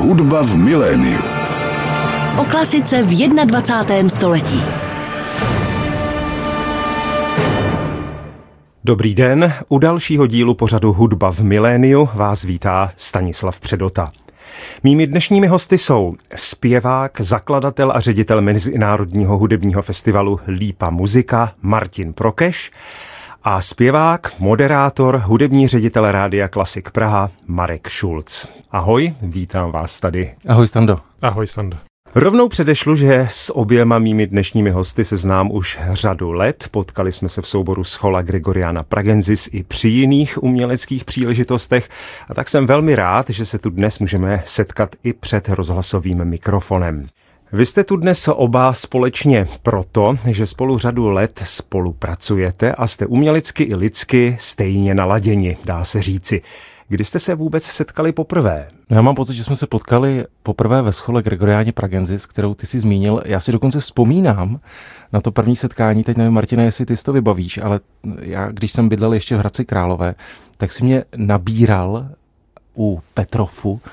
Hudba v miléniu. O klasice v 21. století. Dobrý den, u dalšího dílu pořadu Hudba v miléniu vás vítá Stanislav Předota. Mými dnešními hosty jsou zpěvák, zakladatel a ředitel Mezinárodního hudebního festivalu Lípa Muzika Martin Prokeš a zpěvák, moderátor, hudební ředitel Rádia Klasik Praha Marek Šulc. Ahoj, vítám vás tady. Ahoj Stando. Ahoj Stando. Rovnou předešlu, že s oběma mými dnešními hosty se znám už řadu let. Potkali jsme se v souboru Schola Gregoriana Pragensis i při jiných uměleckých příležitostech a tak jsem velmi rád, že se tu dnes můžeme setkat i před rozhlasovým mikrofonem. Vy jste tu dnes oba společně proto, že spolu řadu let spolupracujete a jste umělecky i lidsky stejně naladěni, dá se říci. Kdy jste se vůbec setkali poprvé? Já mám pocit, že jsme se potkali poprvé ve Schole Gregoriani Pragensis, kterou ty jsi zmínil. Já si dokonce vzpomínám na to první setkání, teď nevím, Martine, jestli ty si to vybavíš, ale já, když jsem bydlel ještě v Hradci Králové, tak si mě nabíral u Petrofu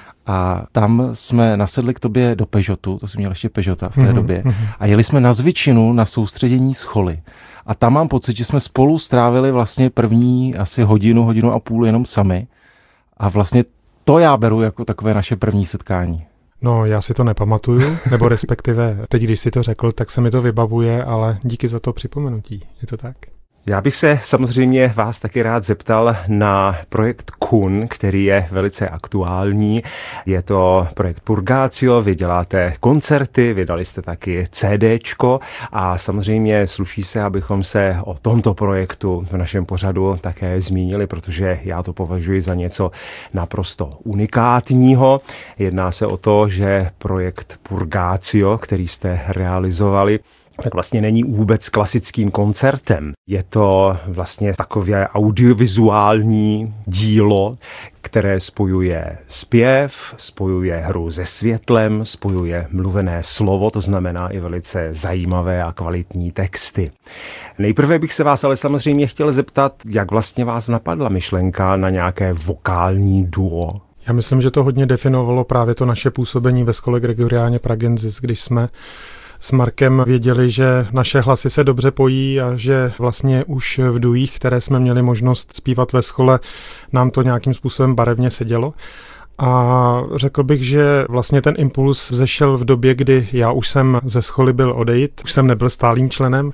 a tam jsme nasedli k tobě do Peugeotu, to jsi měl ještě Peugeota v té době, a jeli jsme na Zvičinu na soustředění Scholy. A tam mám pocit, že jsme spolu strávili vlastně první asi hodinu a půl jenom sami. A vlastně to já beru jako takové naše první setkání. No, já si to nepamatuju, nebo respektive teď, když si to řekl, tak se mi to vybavuje, ale díky za to připomenutí. Je to tak? Já bych se samozřejmě vás taky rád zeptal na projekt KUN, který je velice aktuální. Je to projekt Purgatio, vy děláte koncerty, vydali jste taky CDčko a samozřejmě sluší se, abychom se o tomto projektu v našem pořadu také zmínili, protože já to považuji za něco naprosto unikátního. Jedná se o to, že projekt Purgatio, který jste realizovali, tak vlastně není vůbec klasickým koncertem. Je to vlastně takové audiovizuální dílo, které spojuje zpěv, spojuje hru se světlem, spojuje mluvené slovo, to znamená i velice zajímavé a kvalitní texty. Nejprve bych se vás ale samozřejmě chtěl zeptat, jak vlastně vás napadla myšlenka na nějaké vokální duo? Já myslím, že to hodně definovalo právě to naše působení ve Schole Gregoriani Pragensis, když jsme s Markem věděli, že naše hlasy se dobře pojí a že vlastně už v dujích, které jsme měli možnost zpívat ve schole, nám to nějakým způsobem barevně sedělo. A řekl bych, že vlastně ten impuls vzešel v době, kdy já už jsem ze scholy byl odejít, už jsem nebyl stálým členem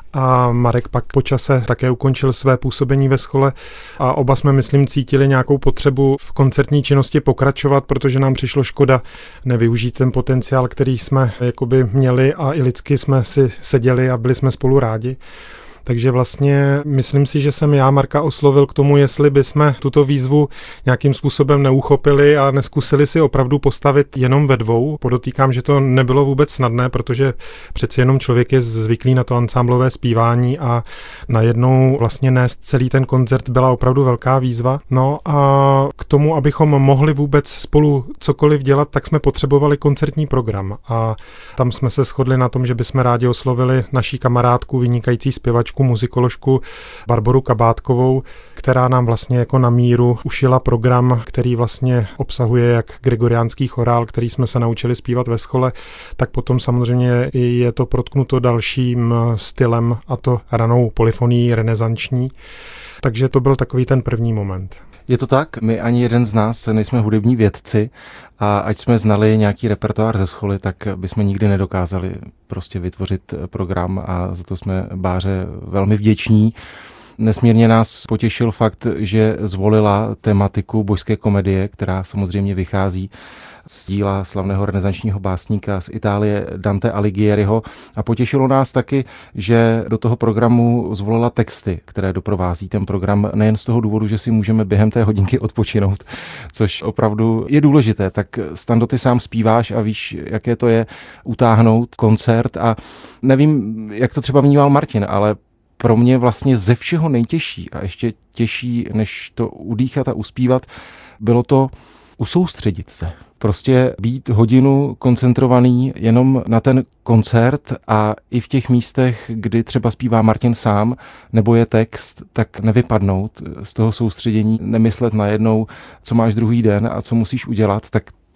a Marek pak po čase také ukončil své působení ve schole a oba jsme, myslím, cítili nějakou potřebu v koncertní činnosti pokračovat, protože nám přišlo škoda nevyužít ten potenciál, který jsme jakoby měli a i lidsky jsme si seděli a byli jsme spolu rádi. Takže vlastně myslím si, že jsem já Marka oslovil k tomu, jestli bychom tuto výzvu nějakým způsobem neuchopili a neskusili si opravdu postavit jenom ve dvou. Podotýkám, že to nebylo vůbec snadné, protože přeci jenom člověk je zvyklý na to ansámblové zpívání a najednou vlastně nést celý ten koncert byla opravdu velká výzva. No a k tomu, abychom mohli vůbec spolu cokoliv dělat, tak jsme potřebovali koncertní program a tam jsme se shodli na tom, že bychom rádi oslovili naší kamarádku, vynikající zpěvačku, muzikoložku Barboru Kabátkovou, která nám vlastně jako na míru ušila program, který vlastně obsahuje jak gregoriánský chorál, který jsme se naučili zpívat ve schole, tak potom samozřejmě i je to protknuto dalším stylem, a to ranou polyfonií renesanční. Takže to byl takový ten první moment. Je to tak, my ani jeden z nás nejsme hudební vědci a ať jsme znali nějaký repertoár ze scholy, tak bychom nikdy nedokázali prostě vytvořit program a za to jsme Báře velmi vděční. Nesmírně nás potěšil fakt, že zvolila tematiku božské komedie, která samozřejmě vychází z díla slavného renesančního básníka z Itálie Dante Alighieriho a potěšilo nás taky, že do toho programu zvolila texty, které doprovází ten program nejen z toho důvodu, že si můžeme během té hodinky odpočinout, což opravdu je důležité. Tak Stando, ty sám zpíváš a víš, jaké to je utáhnout koncert a nevím, jak to třeba vnímal Martin, ale pro mě vlastně ze všeho nejtěžší a ještě těžší, než to udýchat a uspívat, bylo to usoustředit se. Prostě být hodinu koncentrovaný jenom na ten koncert a i v těch místech, kdy třeba zpívá Martin sám nebo je text, tak nevypadnout z toho soustředění, nemyslet najednou, co máš druhý den a co musíš udělat, tak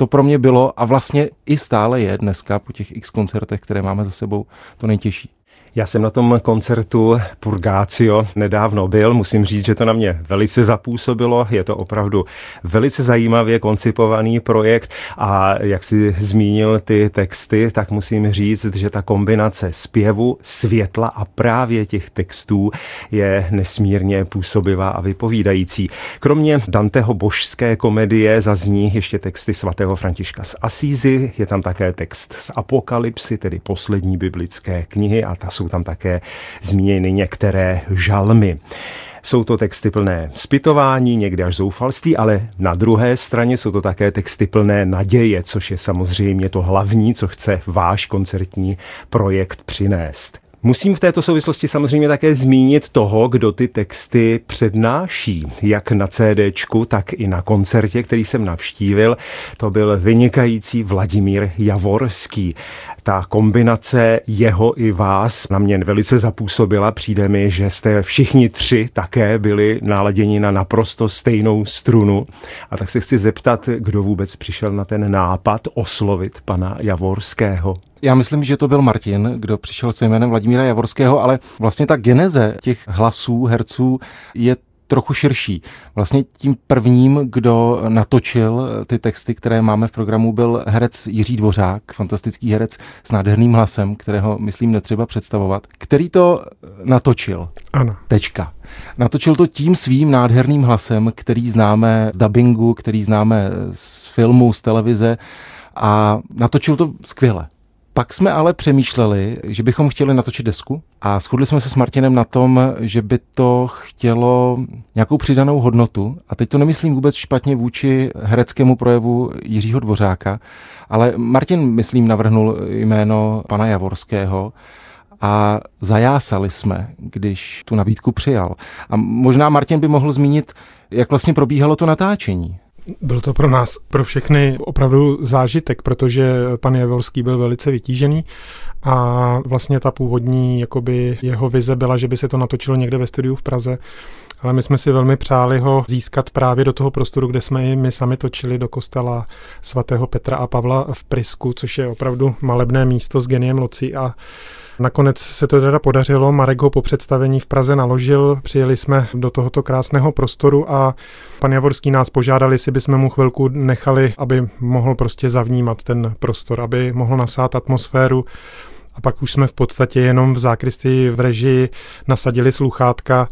to pro mě bylo a vlastně i stále je dneska po těch x koncertech, které máme za sebou, to nejtěžší. Já jsem na tom koncertu Purgácio nedávno byl, musím říct, že to na mě velice zapůsobilo, je to opravdu velice zajímavě koncipovaný projekt a jak si zmínil ty texty, tak musím říct, že ta kombinace zpěvu, světla a právě těch textů je nesmírně působivá a vypovídající. Kromě Danteho božské komedie zazní ještě texty svatého Františka z Asízy, je tam také text z Apokalypsy, tedy poslední biblické knihy a jsou tam také zmíněny některé žalmy. Jsou to texty plné zpytování, někdy až zoufalství, ale na druhé straně jsou to také texty plné naděje, což je samozřejmě to hlavní, co chce váš koncertní projekt přinést. Musím v této souvislosti samozřejmě také zmínit toho, kdo ty texty přednáší, jak na CDčku, tak i na koncertě, který jsem navštívil. To byl vynikající Vladimír Javorský. Ta kombinace jeho i vás na mě velice zapůsobila. Přijde mi, že jste všichni tři také byli naladěni na naprosto stejnou strunu. A tak se chci zeptat, kdo vůbec přišel na ten nápad oslovit pana Javorského. Já myslím, že to byl Martin, kdo přišel se jménem Vladimíra Javorského, ale vlastně ta geneze těch hlasů, herců je trochu širší. Vlastně tím prvním, kdo natočil ty texty, které máme v programu, byl herec Jiří Dvořák, fantastický herec s nádherným hlasem, kterého, myslím, netřeba představovat, který to natočil. Ano. Tečka. Natočil to tím svým nádherným hlasem, který známe z dabingu, který známe z filmu, z televize a natočil to skvěle. Pak jsme ale přemýšleli, že bychom chtěli natočit desku a shodli jsme se s Martinem na tom, že by to chtělo nějakou přidanou hodnotu. A teď to nemyslím vůbec špatně vůči hereckému projevu Jiřího Dvořáka, ale Martin, myslím, navrhnul jméno pana Javorského a zajásali jsme, když tu nabídku přijal. A možná Martin by mohl zmínit, jak vlastně probíhalo to natáčení. Byl to pro nás, pro všechny opravdu zážitek, protože pan Javorský byl velice vytížený a vlastně ta původní jakoby jeho vize byla, že by se to natočilo někde ve studiu v Praze, ale my jsme si velmi přáli ho získat právě do toho prostoru, kde jsme i my sami točili, do kostela svatého Petra a Pavla v Prisku, což je opravdu malebné místo s geniem loci a nakonec se to teda podařilo, Marek ho po představení v Praze naložil, přijeli jsme do tohoto krásného prostoru a pan Javorský nás požádali, jestli bychom mu chvilku nechali, aby mohl prostě zavnímat ten prostor, aby mohl nasát atmosféru. A pak už jsme v podstatě jenom v zákristii v režii nasadili sluchátka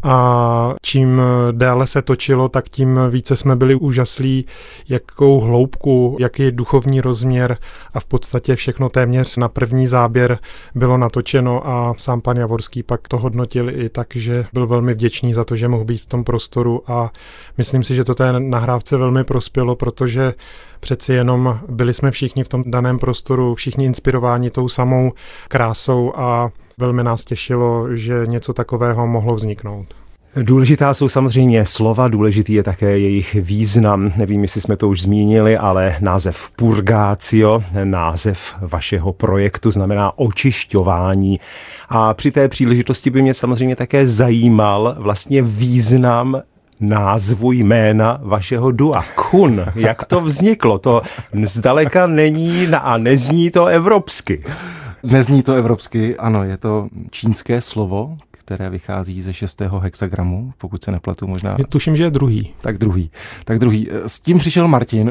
a čím déle se točilo, tak tím více jsme byli úžaslí, jakou hloubku, jaký duchovní rozměr a v podstatě všechno téměř na první záběr bylo natočeno a sám pan Javorský pak to hodnotil i tak, že byl velmi vděčný za to, že mohl být v tom prostoru a myslím si, že to té nahrávce velmi prospělo, protože přeci jenom byli jsme všichni v tom daném prostoru, všichni inspirováni tou samou krásou a velmi nás těšilo, že něco takového mohlo vzniknout. Důležitá jsou samozřejmě slova, důležitý je také jejich význam. Nevím, jestli jsme to už zmínili, ale název Purgácio, název vašeho projektu, znamená očišťování. A při té příležitosti by mě samozřejmě také zajímal vlastně význam názvu jména vašeho dua. Kun. Jak to vzniklo? To zdaleka není a nezní to evropsky. Nezní to evropsky, ano, je to čínské slovo, které vychází ze 6. hexagramu, pokud se nepletu možná. Tuším, že je druhý. Tak druhý. S tím přišel Martin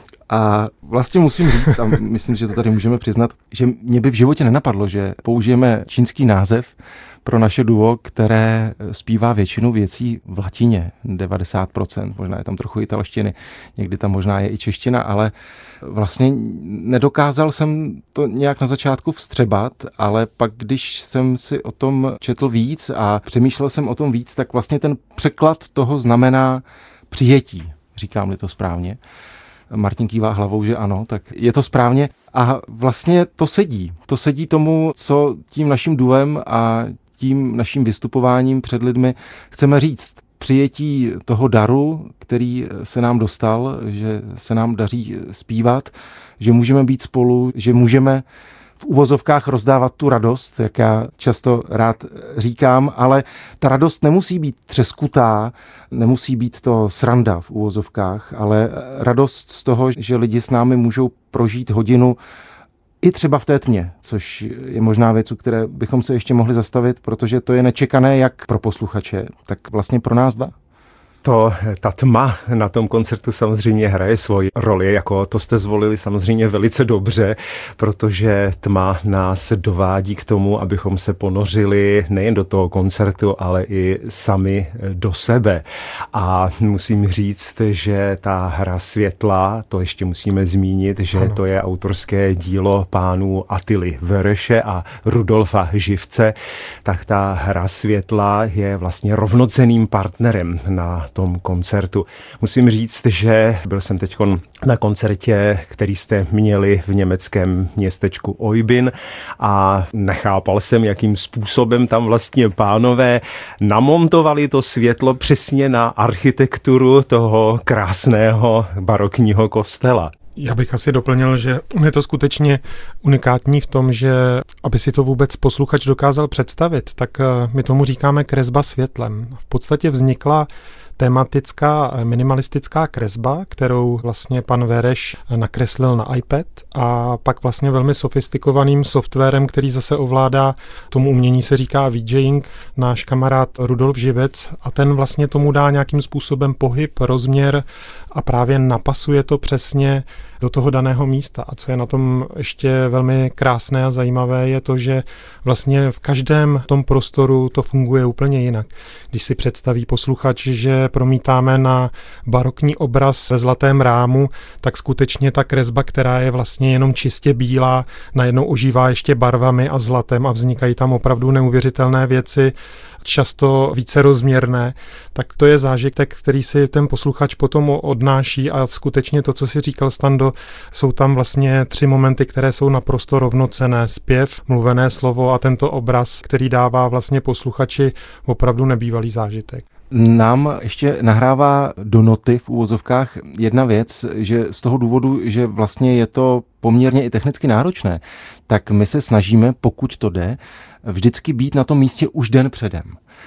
a vlastně musím říct, a myslím, že to tady můžeme přiznat, že mě by v životě nenapadlo, že použijeme čínský název pro naše duo, které zpívá většinu věcí v latině, 90%, možná je tam trochu italštiny, někdy tam možná je i čeština, ale vlastně nedokázal jsem to nějak na začátku vstřebat, ale pak, když jsem si o tom četl víc a přemýšlel jsem o tom víc, tak vlastně ten překlad toho znamená přijetí, říkám-li to správně. Martin kývá hlavou, že ano, tak je to správně a vlastně to sedí tomu, co tím naším duem a tím naším vystupováním před lidmi chceme říct. Přijetí toho daru, který se nám dostal, že se nám daří zpívat, že můžeme být spolu, že můžeme v uvozovkách rozdávat tu radost, jak já často rád říkám, ale ta radost nemusí být třeskutá, nemusí být to sranda v uvozovkách, ale radost z toho, že lidi s námi můžou prožít hodinu i třeba v té tmě, což je možná věc, u které bychom se ještě mohli zastavit, protože to je nečekané jak pro posluchače, tak vlastně pro nás dva. Ta tma na tom koncertu samozřejmě hraje svoji roli, jako to jste zvolili samozřejmě velice dobře, protože tma nás dovádí k tomu, abychom se ponořili nejen do toho koncertu, ale i sami do sebe. A musím říct, že ta hra světla, to ještě musíme zmínit, že ano. To je autorské dílo pánů Attily Vereše a Rudolfa Živce, tak ta hra světla je vlastně rovnocenným partnerem na tom koncertu. Musím říct, že byl jsem teď na koncertě, který jste měli v německém městečku Oybin a nechápal jsem, jakým způsobem tam vlastně pánové namontovali to světlo přesně na architekturu toho krásného barokního kostela. Já bych asi doplnil, že je to skutečně unikátní v tom, že aby si to vůbec posluchač dokázal představit, tak my tomu říkáme kresba světlem. V podstatě vznikla tematická minimalistická kresba, kterou vlastně pan Vereš nakreslil na iPad a pak vlastně velmi sofistikovaným softwarem, který zase ovládá, tomu umění se říká VJing, náš kamarád Rudolf Živec a ten vlastně tomu dá nějakým způsobem pohyb, rozměr a právě napasuje to přesně do toho daného místa. A co je na tom ještě velmi krásné a zajímavé, je to, že vlastně v každém tom prostoru to funguje úplně jinak. Když si představí posluchač, že promítáme na barokní obraz ve zlatém rámu, tak skutečně ta kresba, která je vlastně jenom čistě bílá, najednou ožívá ještě barvami a zlatem a vznikají tam opravdu neuvěřitelné věci, často vícerozměrné, tak to je zážitek, který si ten posluchač potom odnáší a skutečně to, co si říkal Stando, jsou tam vlastně 3 momenty, které jsou naprosto rovnocenné. Zpěv, mluvené slovo a tento obraz, který dává vlastně posluchači opravdu nebývalý zážitek. Nám ještě nahrává do noty v úvozovkách jedna věc, že z toho důvodu, že vlastně je to poměrně i technicky náročné, tak my se snažíme, pokud to jde, vždycky být na tom místě už den předem.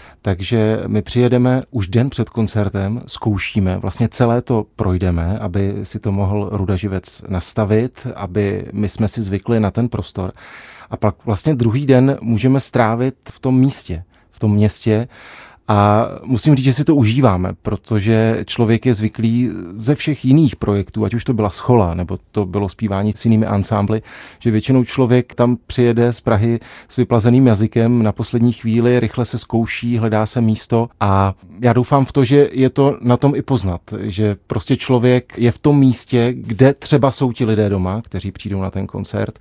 Takže my přijedeme už den před koncertem, zkoušíme, vlastně celé to projdeme, aby si to mohl Ruda Živec nastavit, aby my jsme si zvykli na ten prostor. A pak vlastně druhý den můžeme strávit v tom místě, v tom městě. A musím říct, že si to užíváme, protože člověk je zvyklý ze všech jiných projektů, ať už to byla schola, nebo to bylo zpívání s jinými ansámbly, že většinou člověk tam přijede z Prahy s vyplazeným jazykem na poslední chvíli, rychle se zkouší, hledá se místo a já doufám v to, že je to na tom i poznat, že prostě člověk je v tom místě, kde třeba jsou ti lidé doma, kteří přijdou na ten koncert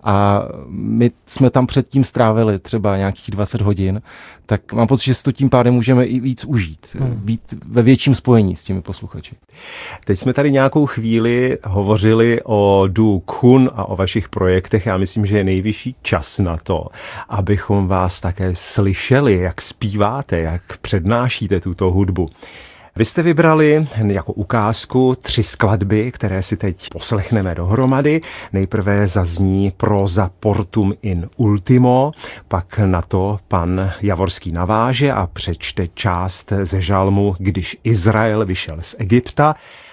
a my jsme tam předtím strávili třeba nějakých 20 hodin, tak mám pocit, že si to tím pádem můžeme i víc užít, být ve větším spojení s těmi posluchači. Teď jsme tady nějakou chvíli hovořili o duo Kun a o vašich projektech. Já myslím, že je nejvyšší čas na to, abychom vás také slyšeli, jak zpíváte, jak přednášíte tuto hudbu. Vy jste vybrali jako ukázku 3 skladby, které si teď poslechneme dohromady. Nejprve zazní próza Portum in Ultimo, pak na to pan Javorský naváže a přečte část ze žalmu Když Izrael vyšel z Egypta.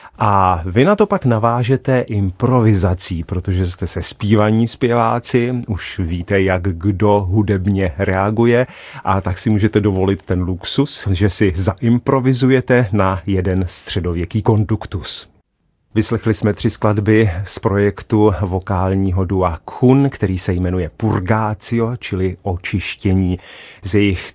A vy na to pak navážete improvizací, protože jste se zpívaní zpěváci, už víte, jak kdo hudebně reaguje a tak si můžete dovolit ten luxus, že si zaimprovizujete na jeden středověký konduktus. Vyslechli jsme 3 skladby z projektu vokálního dua Kun, který se jmenuje Purgácio, čili očištění. Z jejich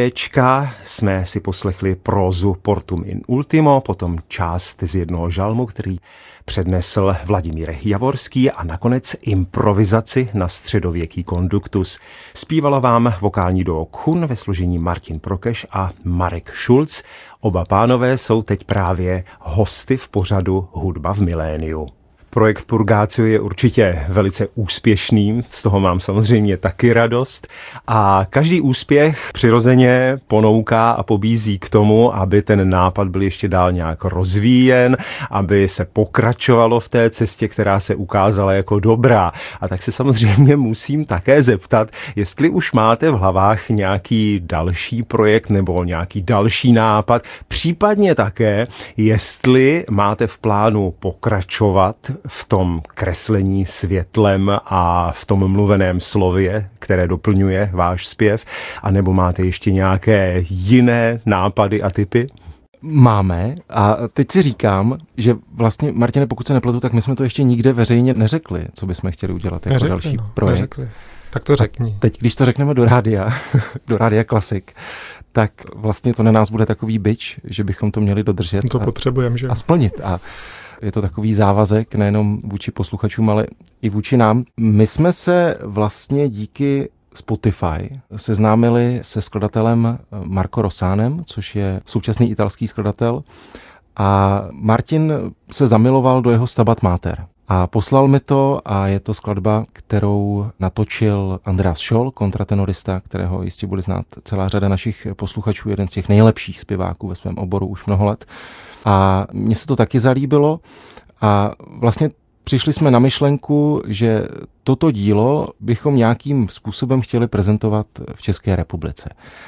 CDčka jsme si poslechli prózu Portum in Ultimo, potom část z jednoho žalmu, který přednesl Vladimír Javorský a nakonec improvizaci na středověký konduktus. Zpívalo vám vokální duo Kun ve složení Martin Prokeš a Marek Schulz. Oba pánové jsou teď právě hosty v pořadu Hudba v miléniu. Projekt Purgácio je určitě velice úspěšný, z toho mám samozřejmě taky radost a každý úspěch přirozeně ponouká a pobízí k tomu, aby ten nápad byl ještě dál nějak rozvíjen, aby se pokračovalo v té cestě, která se ukázala jako dobrá. A tak se samozřejmě musím také zeptat, jestli už máte v hlavách nějaký další projekt nebo nějaký další nápad, případně také, jestli máte v plánu pokračovat v tom kreslení světlem a v tom mluveném slově, které doplňuje váš zpěv, anebo máte ještě nějaké jiné nápady a tipy? Máme a teď si říkám, že vlastně, Martine, pokud se nepletu, tak my jsme to ještě nikde veřejně neřekli, co bychom chtěli udělat jako další projekt. Neřekli. Tak to řekni. Teď, když to řekneme do rádia Klasik, tak vlastně to na nás bude takový bič, že bychom to měli dodržet. To potřebujeme, že? A splnit. A je to takový závazek nejenom vůči posluchačům, ale i vůči nám. My jsme se vlastně díky Spotify seznámili se skladatelem Marco Rosanem, což je současný italský skladatel. A Martin se zamiloval do jeho Stabat Mater. A poslal mi to a je to skladba, kterou natočil Andreas Scholl, kontratenorista, kterého jistě bude znát celá řada našich posluchačů, jeden z těch nejlepších zpěváků ve svém oboru už mnoho let. A mně se to taky zalíbilo a vlastně přišli jsme na myšlenku, že toto dílo bychom nějakým způsobem chtěli prezentovat v České republice.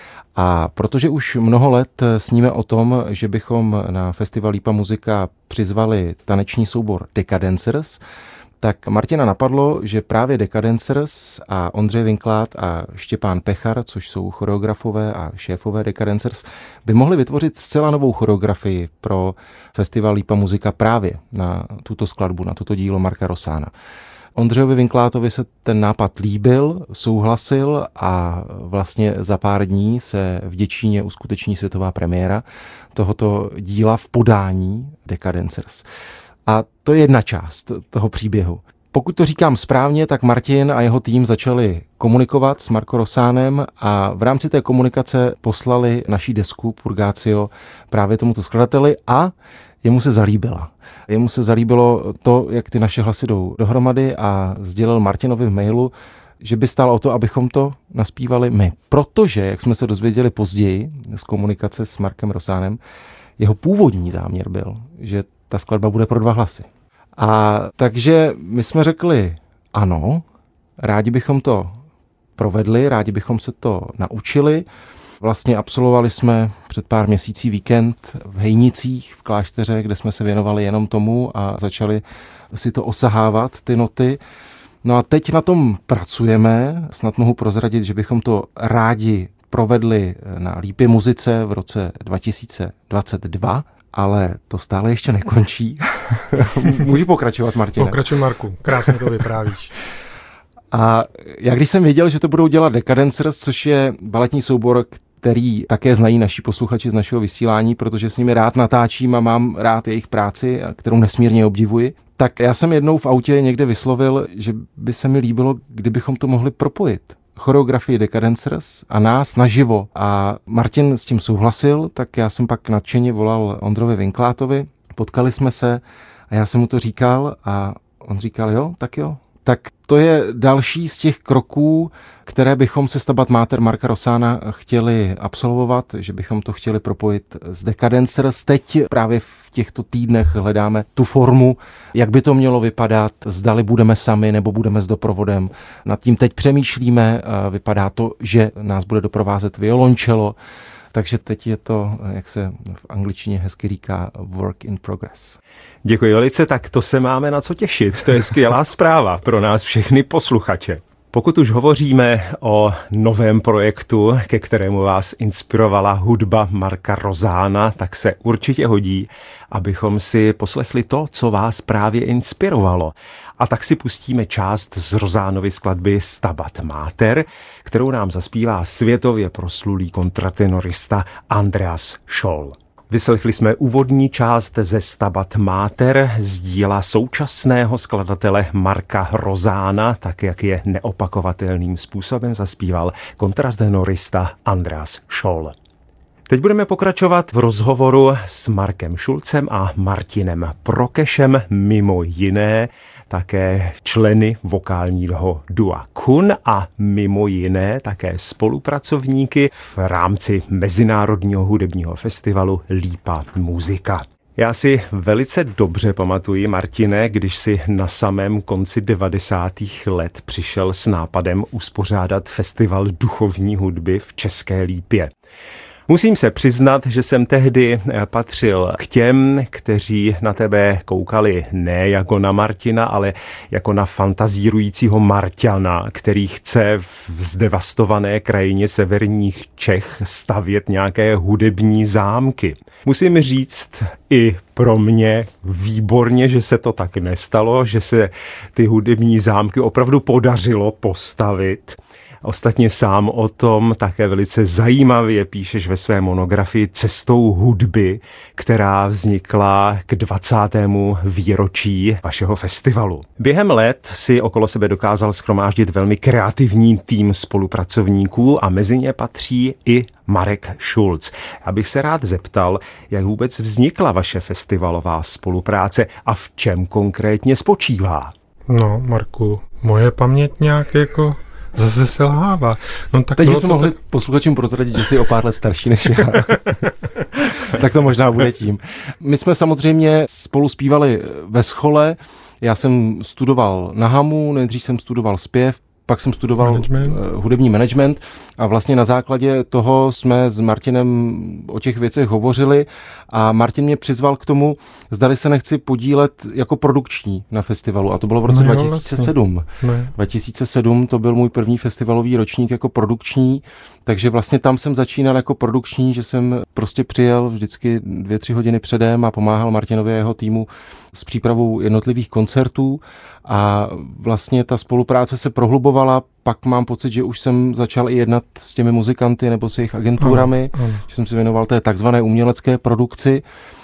A protože už mnoho let sníme o tom, že bychom na festival Lípa muzika přizvali taneční soubor Decadencers, tak Martina napadlo, že právě Decadencers a Ondřej Vinklát a Štěpán Pechar, což jsou choreografové a šéfové Decadencers, by mohli vytvořit zcela novou choreografii pro festival Lípa muzika právě na tuto skladbu, na toto dílo Marka Rosana. Ondřejovi Vinklátovi se ten nápad líbil, souhlasil a vlastně za pár dní se v Děčíně uskuteční světová premiéra tohoto díla v podání Decadencers. A to je jedna část toho příběhu. Pokud to říkám správně, tak Martin a jeho tým začali komunikovat s Marco Rosanem a v rámci té komunikace poslali naší desku Purgácio právě tomuto skladateli a jemu se zalíbila. Jemu se zalíbilo to, jak ty naše hlasy jdou dohromady a sdělil Martinovi v mailu, že by stálo o to, abychom to naspívali my. Protože, jak jsme se dozvěděli později z komunikace s Markem Rosanem, jeho původní záměr byl, že ta skladba bude pro 2 hlasy. A takže my jsme řekli ano, rádi bychom to provedli, rádi bychom se to naučili. Vlastně absolvovali jsme před pár měsící víkend v Hejnicích v klášteře, kde jsme se věnovali jenom tomu a začali si to osahávat, ty noty. No a teď na tom pracujeme, snad mohu prozradit, že bychom to rádi provedli na Lípě muzice v roce 2022, ale to stále ještě nekončí. Můžu pokračovat, Martine? Pokračuj, Marku, krásně to vyprávíš. A já když jsem věděl, že to budou dělat Decadencers, což je baletní soubor, který také znají naši posluchači z našeho vysílání, protože s nimi rád natáčím a mám rád jejich práci, kterou nesmírně obdivuji, tak já jsem jednou v autě někde vyslovil, že by se mi líbilo, kdybychom to mohli propojit. Choreografii Decadencers a nás naživo. A Martin s tím souhlasil, tak já jsem pak nadšeně volal Ondrovi Vinklátovi, potkali jsme se a já jsem mu to říkal a on říkal jo. Tak to je další z těch kroků, které bychom se Stabat Mater Marka Rosana chtěli absolvovat, že bychom to chtěli propojit s Decadencers. Teď právě v těchto týdnech hledáme tu formu, jak by to mělo vypadat, zdali budeme sami nebo budeme s doprovodem. Nad tím teď přemýšlíme, vypadá to, že nás bude doprovázet violoncello, takže teď je to, jak se v angličtině hezky říká, work in progress. Děkuji velice, tak to se máme na co těšit. To je skvělá zpráva pro nás všechny posluchače. Pokud už hovoříme o novém projektu, ke kterému vás inspirovala hudba Marka Rosana, tak se určitě hodí, abychom si poslechli to, co vás právě inspirovalo. A tak si pustíme část z Rosanovy skladby Stabat Mater, kterou nám zaspívá světově proslulý kontratenorista Andreas Scholl. Vyslechli jsme úvodní část ze Stabat Mater z díla současného skladatele Marka Rosana, tak jak je neopakovatelným způsobem zaspíval kontratenorista Andreas Scholl. Teď budeme pokračovat v rozhovoru s Markem Šulcem a Martinem Prokešem, mimo jiné také členy vokálního dua Kun a mimo jiné také spolupracovníky v rámci Mezinárodního hudebního festivalu Lípa Muzika. Já si velice dobře pamatuji, Martine, když si na samém konci 90. let přišel s nápadem uspořádat festival duchovní hudby v České Lípě. Musím se přiznat, že jsem tehdy patřil k těm, kteří na tebe koukali ne jako na Martina, ale jako na fantazírujícího Marťana, který chce v zdevastované krajině severních Čech stavět nějaké hudební zámky. Musím říct i pro mě výborně, že se to tak nestalo, že se ty hudební zámky opravdu podařilo postavit. Ostatně sám o tom také velice zajímavě píšeš ve své monografii Cestou hudby, která vznikla k 20. výročí vašeho festivalu. Během let si okolo sebe dokázal shromáždit velmi kreativní tým spolupracovníků a mezi ně patří i Marek Šulc. Já bych se rád zeptal, jak vůbec vznikla vaše festivalová spolupráce a v čem konkrétně spočívá? No, Marku, moje paměť nějak jako zase selhává. No, tak teď jsme mohli posluchačům prozradit, že jsi o pár let starší než já. Tak to možná bude tím. My jsme samozřejmě spolu zpívali ve schole. Já jsem studoval na Hamu, nejdřív jsem studoval zpěv, pak jsem studoval hudební management a vlastně na základě toho jsme s Martinem o těch věcech hovořili a Martin mě přizval k tomu, zdali se nechci podílet jako produkční na festivalu a to bylo v roce 2007. 2007 to byl můj první festivalový ročník jako produkční, takže vlastně tam jsem začínal jako produkční, že jsem prostě přijel vždycky 2-3 hodiny předem a pomáhal Martinovi a jeho týmu s přípravou jednotlivých koncertů a vlastně ta spolupráce se prohlubovala, pak mám pocit, že už jsem začal i jednat s těmi muzikanty nebo s jejich agenturami, že jsem se věnoval té takzvané umělecké produkci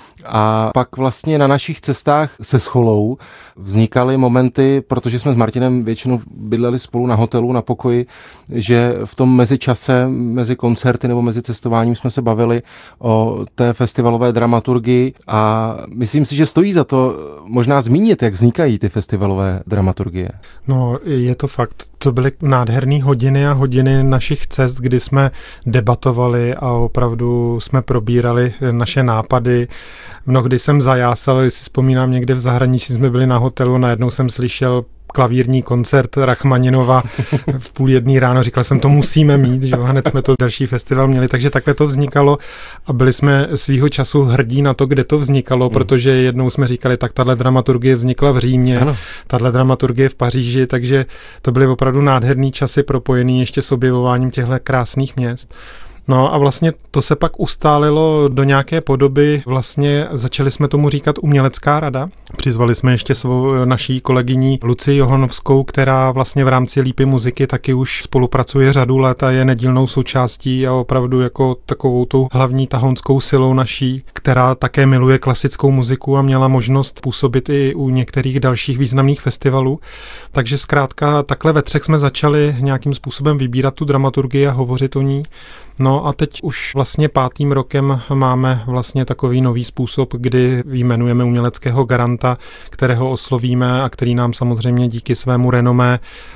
a pak vlastně na našich cestách se Scholou vznikaly momenty, protože jsme s Martinem většinou bydleli spolu na hotelu, na pokoji, že v tom mezičase, mezi koncerty nebo mezi cestováním jsme se bavili o té festivalové dramaturgii a myslím si, že stojí za to možná zmínit, jak vznikají ty festivalové dramaturgie. No, je to fakt. To byly nádherné hodiny a hodiny našich cest, kdy jsme debatovali a opravdu jsme probírali naše nápady. Mnohdy jsem zajásal, když si vzpomínám, někde v zahraničí jsme byli na hotelu, najednou jsem slyšel klavírní koncert Rachmaninova v 12:30 ráno, říkal jsem, to musíme mít, že jo, hned jsme to další festival měli, takže takhle to vznikalo a byli jsme svýho času hrdí na to, kde to vznikalo, protože jednou jsme říkali, tak tahle dramaturgie vznikla v Římě, tahle dramaturgie v Paříži, takže to byly opravdu nádherný časy propojený ještě s objevováním těchto krásných měst. No a vlastně to se pak ustálilo do nějaké podoby, vlastně začali jsme tomu říkat umělecká rada. Přizvali jsme ještě svou naší kolegyní Lucii Johanovskou, která vlastně v rámci Lípy muziky taky už spolupracuje řadu let a je nedílnou součástí a opravdu jako takovou tou hlavní tahonskou silou naší, která také miluje klasickou muziku a měla možnost působit i u některých dalších významných festivalů. Takže zkrátka takhle ve třech jsme začali nějakým způsobem vybírat tu dramaturgii a hovořit o ní. No a teď už vlastně 5. rokem máme vlastně takový nový způsob, kdy jmenujeme uměleckého garanta, kterého oslovíme a který nám samozřejmě díky svému renomé,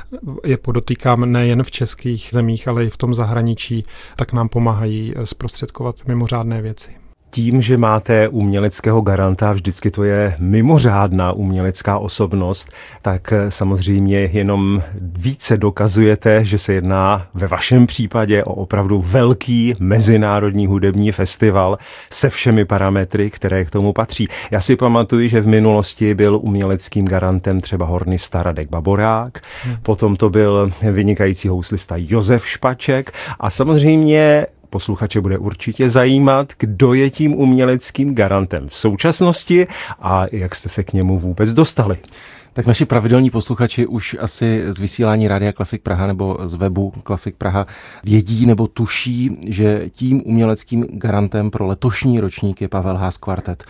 je podotýkám nejen v českých zemích, ale i v tom zahraničí, tak nám pomáhají zprostředkovat mimořádné věci. Tím, že máte uměleckého garanta, vždycky to je mimořádná umělecká osobnost, tak samozřejmě jenom více dokazujete, že se jedná ve vašem případě o opravdu velký mezinárodní hudební festival se všemi parametry, které k tomu patří. Já si pamatuju, že v minulosti byl uměleckým garantem třeba hornista Radek Baborák, potom to byl vynikající houslista Josef Špaček a samozřejmě posluchače bude určitě zajímat, kdo je tím uměleckým garantem v současnosti a jak jste se k němu vůbec dostali. Tak naši pravidelní posluchači už asi z vysílání Rádia Klasik Praha nebo z webu Klasik Praha vědí nebo tuší, že tím uměleckým garantem pro letošní ročník je Pavel Haas Kvartet.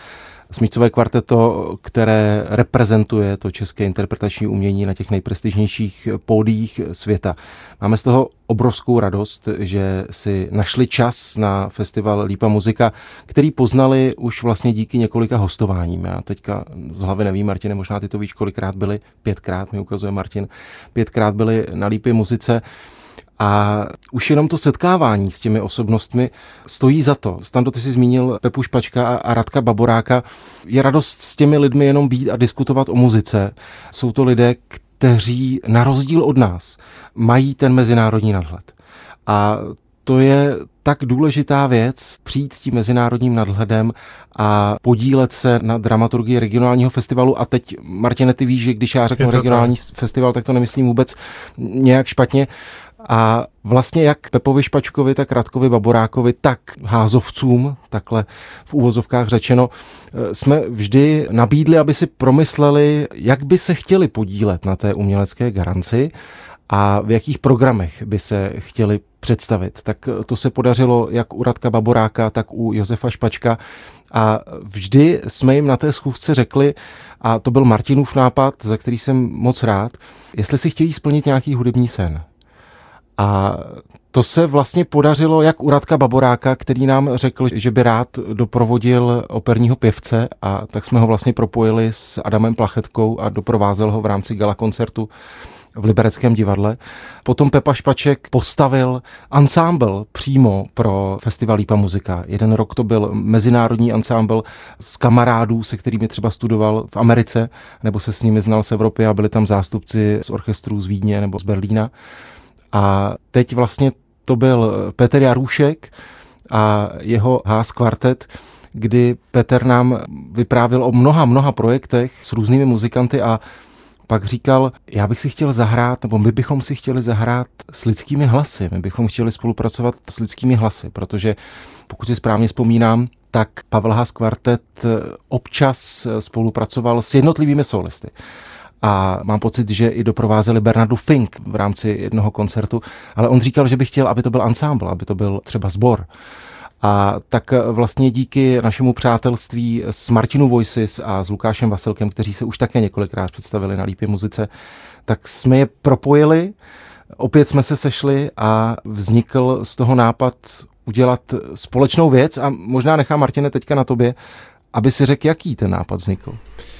smyčcové kvarteto, které reprezentuje to české interpretační umění na těch nejprestižnějších pódiích světa. Máme z toho obrovskou radost, že si našli čas na festival Lípa muzika, který poznali už vlastně díky několika hostováním. Já teďka z hlavy nevím, Martine, možná ty to víš, kolikrát byli, 5krát mi ukazuje Martin, 5krát byli na Lípě muzice. A už jenom to setkávání s těmi osobnostmi stojí za to. Stando, ty jsi zmínil Pepu Špačka a Radka Baboráka. Je radost s těmi lidmi jenom být a diskutovat o muzice. Jsou to lidé, kteří na rozdíl od nás mají ten mezinárodní nadhled. A to je tak důležitá věc, přijít s tím mezinárodním nadhledem a podílet se na dramaturgii regionálního festivalu. A teď, Martine, ty víš, že když já řeknu regionální festival, tak to nemyslím vůbec nějak špatně. A vlastně jak Pepovi Špačkovi, tak Radkovi Baborákovi, tak házovcům, takhle v úvozovkách řečeno, jsme vždy nabídli, aby si promysleli, jak by se chtěli podílet na té umělecké garanci a v jakých programech by se chtěli představit. Tak to se podařilo jak u Radka Baboráka, tak u Josefa Špačka a vždy jsme jim na té schůzce řekli, a to byl Martinův nápad, za který jsem moc rád, jestli si chtějí splnit nějaký hudební sen. A to se vlastně podařilo jak u Radka Baboráka, který nám řekl, že by rád doprovodil operního pěvce a tak jsme ho vlastně propojili s Adamem Plachetkou a doprovázel ho v rámci gala koncertu v Libereckém divadle. Potom Pepa Špaček postavil ansámbl přímo pro festival Lípa muzika. Jeden rok to byl mezinárodní ansámbl z kamarádů, se kterými třeba studoval v Americe, nebo se s nimi znal z Evropy a byli tam zástupci z orchestrů z Vídně nebo z Berlína. A teď vlastně to byl Petr Jarůšek a jeho Haas kvartet, kdy Petr nám vyprávěl o mnoha projektech s různými muzikanty a pak říkal, já bych si chtěl zahrát, nebo my bychom si chtěli zahrát s lidskými hlasy, my bychom chtěli spolupracovat s lidskými hlasy, protože pokud si správně vzpomínám, tak Pavel Haas kvartet občas spolupracoval s jednotlivými solisty. A mám pocit, že i doprovázeli Bernardu Fink v rámci jednoho koncertu, ale on říkal, že by chtěl, aby to byl ansámbl, aby to byl třeba sbor. A tak vlastně díky našemu přátelství s Martinou Voices a s Lukášem Vasilkem, kteří se už také několikrát představili na Lípě muzice, tak jsme je propojili, opět jsme se sešli a vznikl z toho nápad udělat společnou věc a možná nechám, Martine, teďka na tobě, aby si řekl, jaký ten nápad vznikl.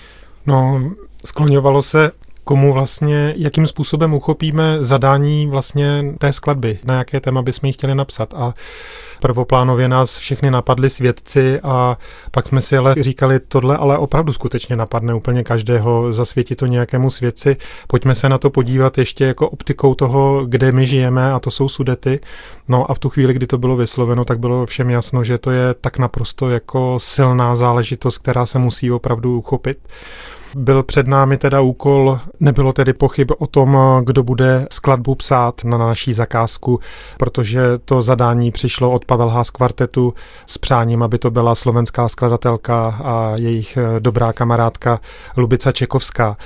No, skloňovalo se, komu vlastně, jakým způsobem uchopíme zadání vlastně té skladby, na jaké téma bychom ji chtěli napsat. A prvoplánově nás všechny napadli svědci a pak jsme si ale říkali, tohle ale opravdu skutečně napadne úplně každého, zasvětit to nějakému svědci. Pojďme se na to podívat ještě jako optikou toho, kde my žijeme, a to jsou Sudety. No a v tu chvíli, kdy to bylo vysloveno, tak bylo všem jasno, že to je tak naprosto jako silná záležitost, která se musí opravdu uchopit. Byl před námi teda úkol, nebylo tedy pochyb o tom, kdo bude skladbu psát na naší zakázku, protože to zadání přišlo od Pavel Haas kvartetu s přáním, aby to byla slovenská skladatelka a jejich dobrá kamarádka Lubica Čekovská.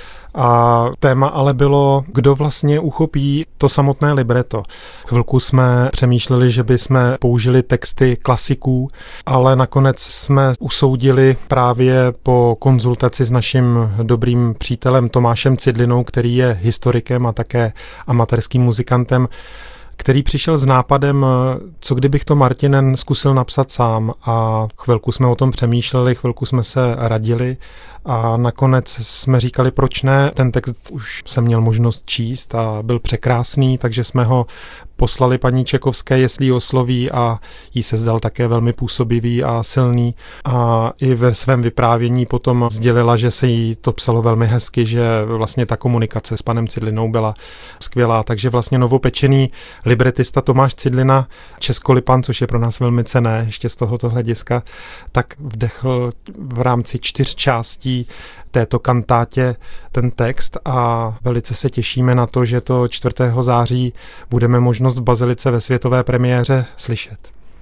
A téma ale bylo, kdo vlastně uchopí to samotné libreto. Chvilku jsme přemýšleli, že bychom použili texty klasiků, ale nakonec jsme usoudili právě po konzultaci s naším dobrým přítelem Tomášem Cidlinou, který je historikem a také amatérským muzikantem, který přišel s nápadem, co kdybych to Martinen zkusil napsat sám, a chvilku jsme o tom přemýšleli, chvilku jsme se radili a nakonec jsme říkali, proč ne. Ten text už jsem měl možnost číst a byl překrásný, takže jsme ho poslali paní Čekovské, jestli ji osloví, a jí se zdal také velmi působivý a silný. A i ve svém vyprávění potom sdělila, že se jí to psalo velmi hezky, že vlastně ta komunikace s panem Cidlinou byla skvělá. Takže vlastně novopečený libretista Tomáš Cidlina, Českolipan, což je pro nás velmi cenné ještě z tohoto hlediska, tak vdechl v rámci 4 částí této kantátě ten text a velice se těšíme na to, že to 4. září budeme možnost v Bazilice ve světové premiéře slyšet.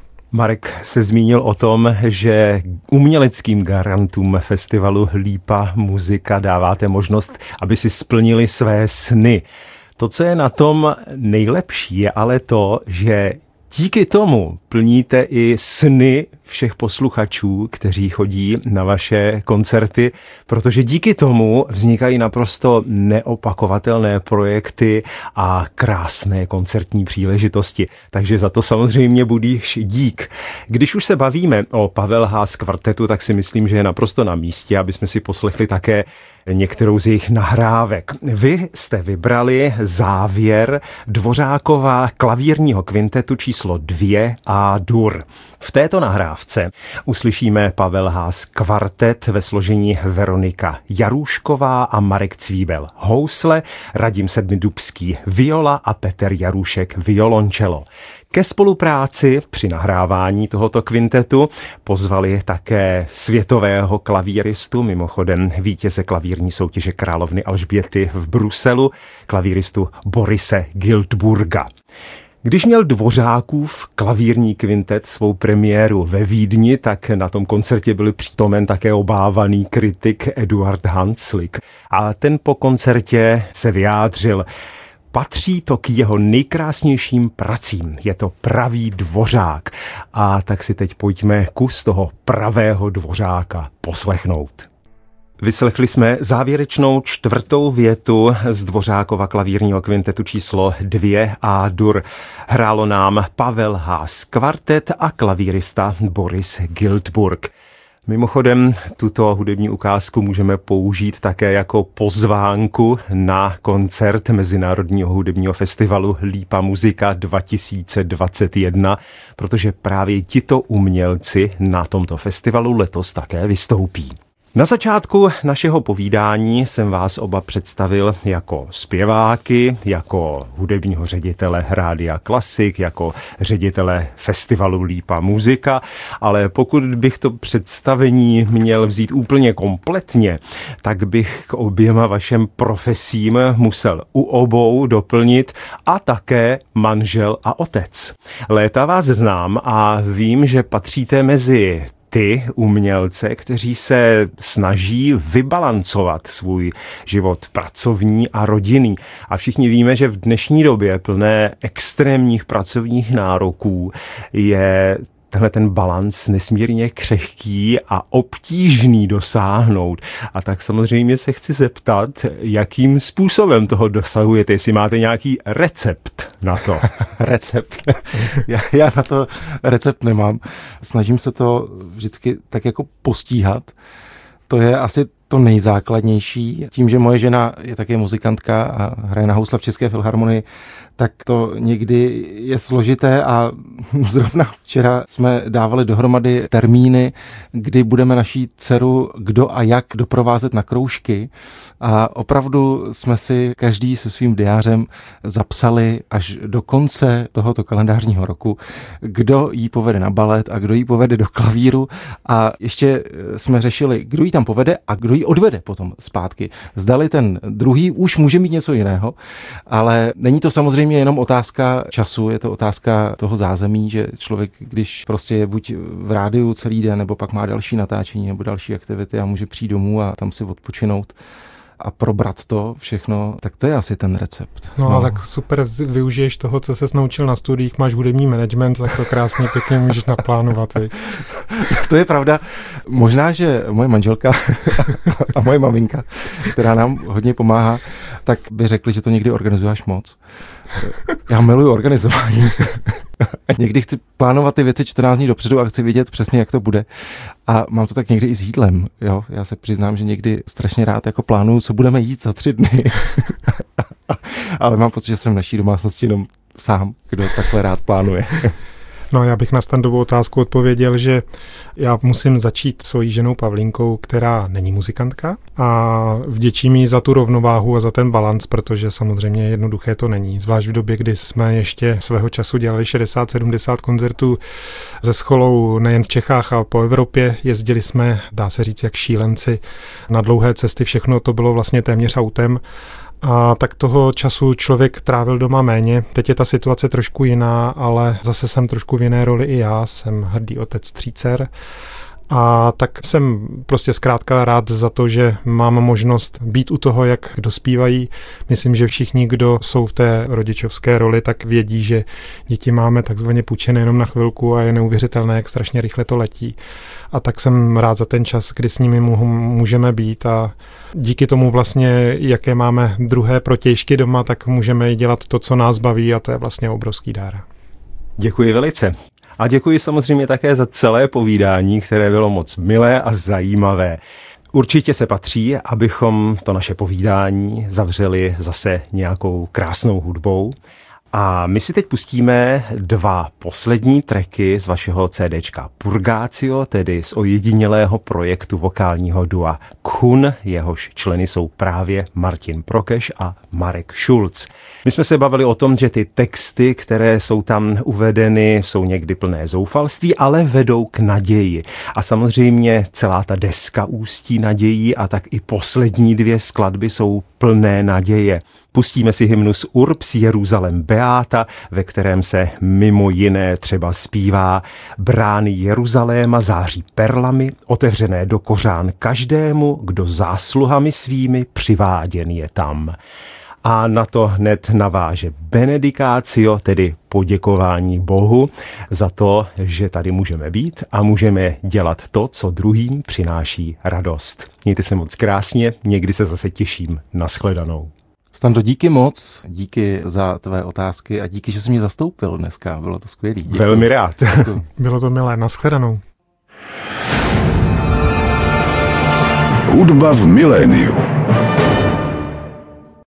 Marek se zmínil o tom, že uměleckým garantům festivalu Lípa muzika dáváte možnost, aby si splnili své sny. To, co je na tom nejlepší, je ale to, že díky tomu plníte i sny všech posluchačů, kteří chodí na vaše koncerty, protože díky tomu vznikají naprosto neopakovatelné projekty a krásné koncertní příležitosti. Takže za to samozřejmě budíš dík. Když už se bavíme o Pavel Haas kvartetu, tak si myslím, že je naprosto na místě, aby jsme si poslechli také některou z jejich nahrávek. Vy jste vybrali závěr Dvořákova klavírního kvintetu číslo 2 A-dur. V této nahrávce uslyšíme Pavel Haas kvartet ve složení Veronika Jarušková a Marek Cvíbel housle, Radim Sedmidubský viola a Petr Jarušek violončelo. Ke spolupráci při nahrávání tohoto kvintetu pozvali také světového klavíristu, mimochodem vítěze klavírní soutěže královny Alžběty v Bruselu, klavíristu Borise Giltburga. Když měl Dvořákův klavírní kvintet svou premiéru ve Vídni, tak na tom koncertě byl přítomen také obávaný kritik Eduard Hanslik. A ten po koncertě se vyjádřil: patří to k jeho nejkrásnějším pracím. Je to pravý Dvořák. A tak si teď pojďme kus toho pravého Dvořáka poslechnout. Vyslechli jsme závěrečnou 4. větu z Dvořákova klavírního kvintetu číslo 2 A-dur. Hrálo nám Pavel Haas kvartet a klavírista Boris Giltburg. Mimochodem, tuto hudební ukázku můžeme použít také jako pozvánku na koncert Mezinárodního hudebního festivalu Lípa muzika 2021, protože právě tito umělci na tomto festivalu letos také vystoupí. Na začátku našeho povídání jsem vás oba představil jako zpěváky, jako hudebního ředitele Rádia Klasik, jako ředitele festivalu Lípa muzika, ale pokud bych to představení měl vzít úplně kompletně, tak bych k oběma vašem profesím musel u obou doplnit a také manžel a otec. Léta vás znám a vím, že patříte mezi ty umělce, kteří se snaží vybalancovat svůj život pracovní a rodinný. A všichni víme, že v dnešní době plné extrémních pracovních nároků je tenhle ten balans nesmírně křehký a obtížný dosáhnout. A tak samozřejmě se chci zeptat, jakým způsobem toho dosahujete, jestli máte nějaký recept na to. Recept. Já na to recept nemám. Snažím se to vždycky tak jako postíhat. To je asi to nejzákladnější. Tím, že moje žena je také muzikantka a hraje na housle v České filharmonii, tak to někdy je složité a zrovna včera jsme dávali dohromady termíny, kdy budeme naší dceru kdo a jak doprovázet na kroužky a opravdu jsme si každý se svým diářem zapsali až do konce tohoto kalendářního roku, kdo jí povede na balet a kdo jí povede do klavíru a ještě jsme řešili, kdo jí tam povede a kdo jí odvede potom zpátky. Zdali ten druhý už může mít něco jiného, ale není to samozřejmě jenom otázka času, je to otázka toho zázemí, že člověk, když prostě je buď v rádiu celý den, nebo pak má další natáčení nebo další aktivity a může přijít domů a tam si odpočinout a probrat to všechno, tak to je asi ten recept. No. Tak super, využiješ toho, co ses naučil na studiích, máš hudební management, tak to krásně pěkně můžeš naplánovat. To je pravda. Možná, že moje manželka a moje maminka, která nám hodně pomáhá, tak by řekli, že to někdy organizuješ moc. Já miluji organizování. A někdy chci plánovat ty věci 14 dní dopředu a chci vědět přesně, jak to bude. A mám to tak někdy i s jídlem. Jo? Já se přiznám, že někdy strašně rád jako plánuju, co budeme jít za 3 dny. Ale mám pocit, že jsem v naší domácnosti jenom sám, kdo takhle rád plánuje. No, já bych na standovou otázku odpověděl, že já musím začít svojí ženou Pavlínkou, která není muzikantka a vděčím jí za tu rovnováhu a za ten balans, protože samozřejmě jednoduché to není. Zvlášť v době, kdy jsme ještě svého času dělali 60-70 koncertů se Scholou nejen v Čechách a po Evropě. Jezdili jsme, dá se říct, jak šílenci na dlouhé cesty. Všechno to bylo vlastně téměř autem. A tak toho času člověk trávil doma méně. Teď je ta situace trošku jiná, ale zase jsem trošku v jiné roli i já. Jsem hrdý otec 3 dcer A tak jsem prostě zkrátka rád za to, že mám možnost být u toho, jak dospívají. Myslím, že všichni, kdo jsou v té rodičovské roli, tak vědí, že děti máme takzvaně půjčené jenom na chvilku a je neuvěřitelné, jak strašně rychle to letí. A tak jsem rád za ten čas, kdy s nimi můžeme být a díky tomu vlastně, jaké máme druhé protějšky doma, tak můžeme i dělat to, co nás baví a to je vlastně obrovský dár. Děkuji velice. A děkuji samozřejmě také za celé povídání, které bylo moc milé a zajímavé. Určitě se patří, abychom to naše povídání zavřeli zase nějakou krásnou hudbou. A my si teď pustíme 2 poslední tracky z vašeho CDčka Purgácio, tedy z ojedinělého projektu vokálního dua Kun, jehož členy jsou právě Martin Prokeš a Marek Schulz. My jsme se bavili o tom, že ty texty, které jsou tam uvedeny, jsou někdy plné zoufalství, ale vedou k naději. A samozřejmě celá ta deska ústí nadějí a tak i poslední 2 skladby jsou plné naděje. Pustíme si hymnus Urbs Jeruzalem Beata, ve kterém se mimo jiné třeba zpívá: brány Jeruzaléma září perlami, otevřené do kořán každému, kdo zásluhami svými přiváděn je tam. A na to hned naváže Benedikácio, tedy poděkování Bohu za to, že tady můžeme být a můžeme dělat to, co druhým přináší radost. Mějte se moc krásně, někdy se zase těším. Nashledanou. Stando, díky moc, díky za tvé otázky a díky, že jsi mě zastoupil dneska, bylo to skvělý. Děkuji. Velmi rád. Děkuji. Bylo to milé, nashledanou. Hudba v miléniu.